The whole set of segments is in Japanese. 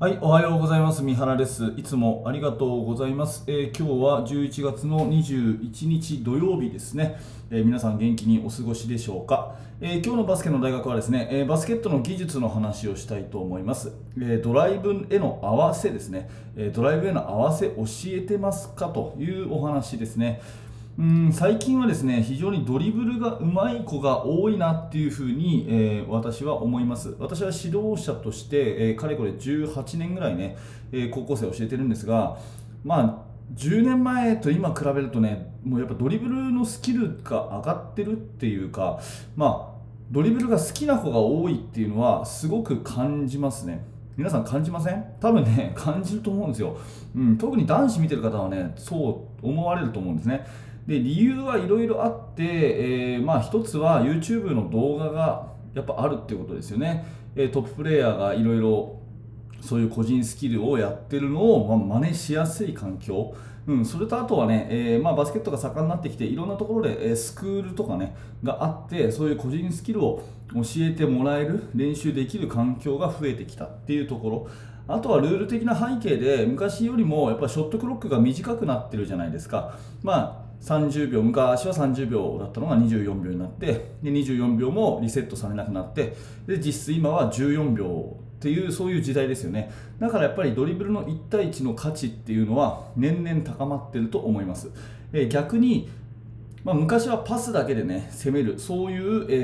はい、おはようございます。三原です。いつもありがとうございます。今日は11月の21日土曜日ですね。皆さん元気にお過ごしでしょうか。今日のバスケの大学はですね、バスケットの技術の話をしたいと思います。ドライブへの合わせですね。ドライブへの合わせ教えてますかというお話ですね。最近はですね、非常にドリブルが上手い子が多いなっていうふうに、私は思います。私は指導者として、かれこれ18年ぐらいね、高校生を教えてるんですが、10年前と今比べるとね、もうやっぱドリブルのスキルが上がってるっていうか、ドリブルが好きな子が多いっていうのはすごく感じますね。皆さん感じません？多分ね、感じると思うんですよ。特に男子見てる方はね、そう思われると思うんですね。で理由はいろいろあって、一つは YouTube の動画がやっぱあるっていうことですよね。トッププレイヤーがいろいろそういう個人スキルをやってるのを、真似しやすい環境、それとあとはね、バスケットが盛んになってきていろんなところで、スクールとかねがあって、そういう個人スキルを教えてもらえる練習できる環境が増えてきたっていうところ、あとはルール的な背景で昔よりもやっぱショットクロックが短くなってるじゃないですか。30秒、昔は30秒だったのが24秒になって、で24秒もリセットされなくなって、で実質今は14秒っていうそういう時代ですよね。だからやっぱりドリブルの1対1の価値っていうのは年々高まっていると思います。逆に昔はパスだけでね攻めるそういう、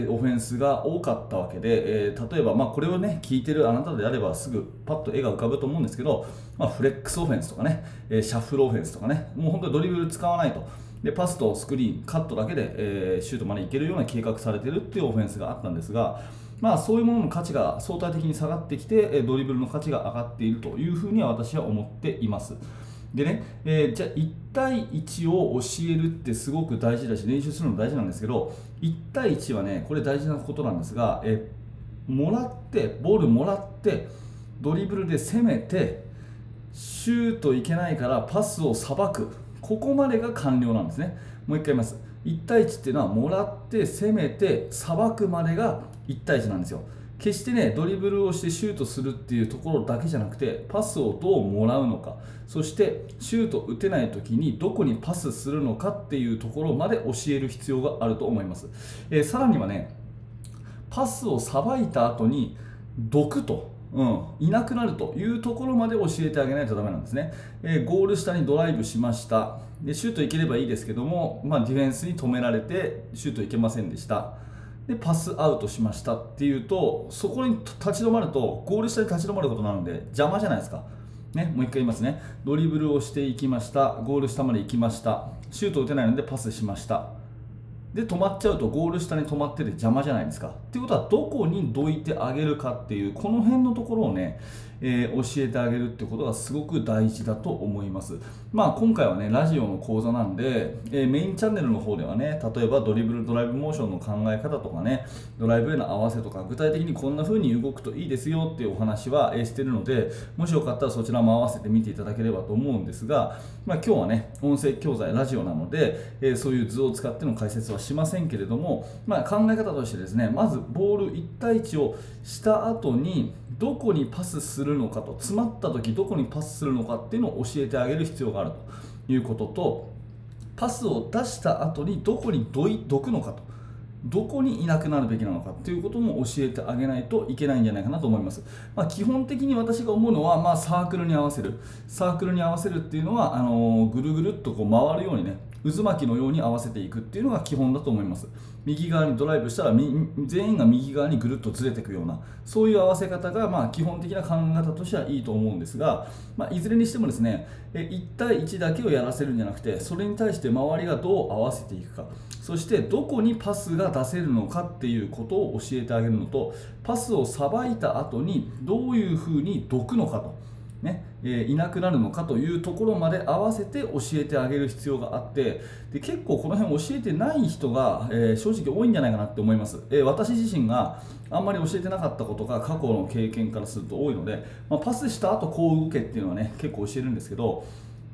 オフェンスが多かったわけで、例えばこれをね聞いてるあなたであればすぐパッと絵が浮かぶと思うんですけど、フレックスオフェンスとかね、シャッフルオフェンスとかね、もう本当にドリブル使わないと、でパスとスクリーンカットだけで、シュートまでいけるような計画されているっていうオフェンスがあったんですが、そういうものの価値が相対的に下がってきて、ドリブルの価値が上がっているというふうには私は思っています。でね、じゃあ1対1を教えるってすごく大事だし練習するの大事なんですけど、1対1はねこれ大事なことなんですが、もらってボールもらってドリブルで攻めてシュートいけないからパスをさばく、ここまでが完了なんですね。もう一回言います。1対1っていうのはもらって攻めてさばくまでが1対1なんですよ。決してねドリブルをしてシュートするっていうところだけじゃなくて、パスをどうもらうのか、そしてシュート打てない時にどこにパスするのかっていうところまで教える必要があると思います。さらにはね、パスをさばいた後に毒と、いなくなるというところまで教えてあげないとダメなんですね。ゴール下にドライブしました。でシュートいければいいですけども、ディフェンスに止められてシュートいけませんでした。でパスアウトしましたっていうと、そこに立ち止まるとゴール下に立ち止まることなので邪魔じゃないですか。ね、もう一回言いますね。ドリブルをしていきました。ゴール下まで行きました。シュート打てないのでパスしました。で止まっちゃうとゴール下に止まってて邪魔じゃないですか。っていうことはどこにどいてあげるかっていうこの辺のところをね、教えてあげるってことがすごく大事だと思います。今回はねラジオの講座なんで、メインチャンネルの方ではね、例えばドリブルドライブモーションの考え方とかね、ドライブへの合わせとか具体的にこんな風に動くといいですよっていうお話は、してるので、もしよかったらそちらも合わせて見ていただければと思うんですが、今日はね音声教材ラジオなので、そういう図を使っての解説はしませんけれども、考え方としてですね、まずボール1対1をした後にどこにパスするのかと、詰まった時どこにパスするのかっていうのを教えてあげる必要があるということと、パスを出した後にどこにどくのかと、どこにいなくなるべきなのかということも教えてあげないといけないんじゃないかなと思います。基本的に私が思うのは、サークルに合わせるっていうのはぐるぐるっとこう回るようにね、渦巻きのように合わせていくっていうのが基本だと思います。右側にドライブしたら全員が右側にぐるっとずれていくような、そういう合わせ方が基本的な考え方としてはいいと思うんですが、いずれにしてもですね、1対1だけをやらせるんじゃなくて、それに対して周りがどう合わせていくか、そしてどこにパスが出せるのかっていうことを教えてあげるのと、パスをさばいた後にどういうふうにどくのかと、いなくなるのかというところまで合わせて教えてあげる必要があって、で結構この辺教えてない人が、正直多いんじゃないかなって思います。私自身があんまり教えてなかったことが過去の経験からすると多いので、パスした後こう動けっていうのはね結構教えるんですけど、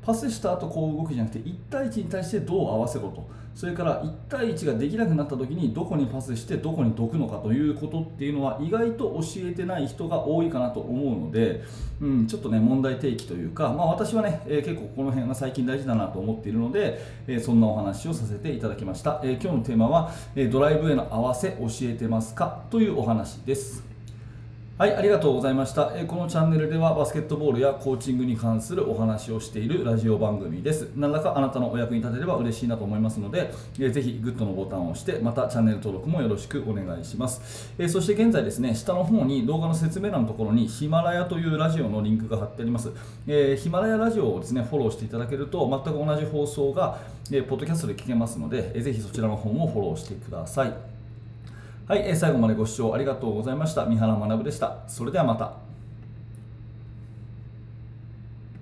パスした後こう動くじゃなくて1対1に対してどう合わせろと、それから1対1ができなくなった時にどこにパスしてどこにどくのかということっていうのは意外と教えてない人が多いかなと思うので、ちょっとね問題提起というか、私はね、結構この辺が最近大事だなと思っているので、そんなお話をさせていただきました。今日のテーマは、ドライブへの合わせ教えてますかというお話です。はい、ありがとうございました。このチャンネルではバスケットボールやコーチングに関するお話をしているラジオ番組です。何らかあなたのお役に立てれば嬉しいなと思いますので、ぜひグッドのボタンを押して、またチャンネル登録もよろしくお願いします。そして現在ですね、下の方に動画の説明欄のところにヒマラヤというラジオのリンクが貼ってあります。ヒマラヤラジオをですね、フォローしていただけると、全く同じ放送が、ポッドキャストで聞けますので、ぜひそちらの方もフォローしてください。はい、最後までご視聴ありがとうございました。三原学でした。それではまた。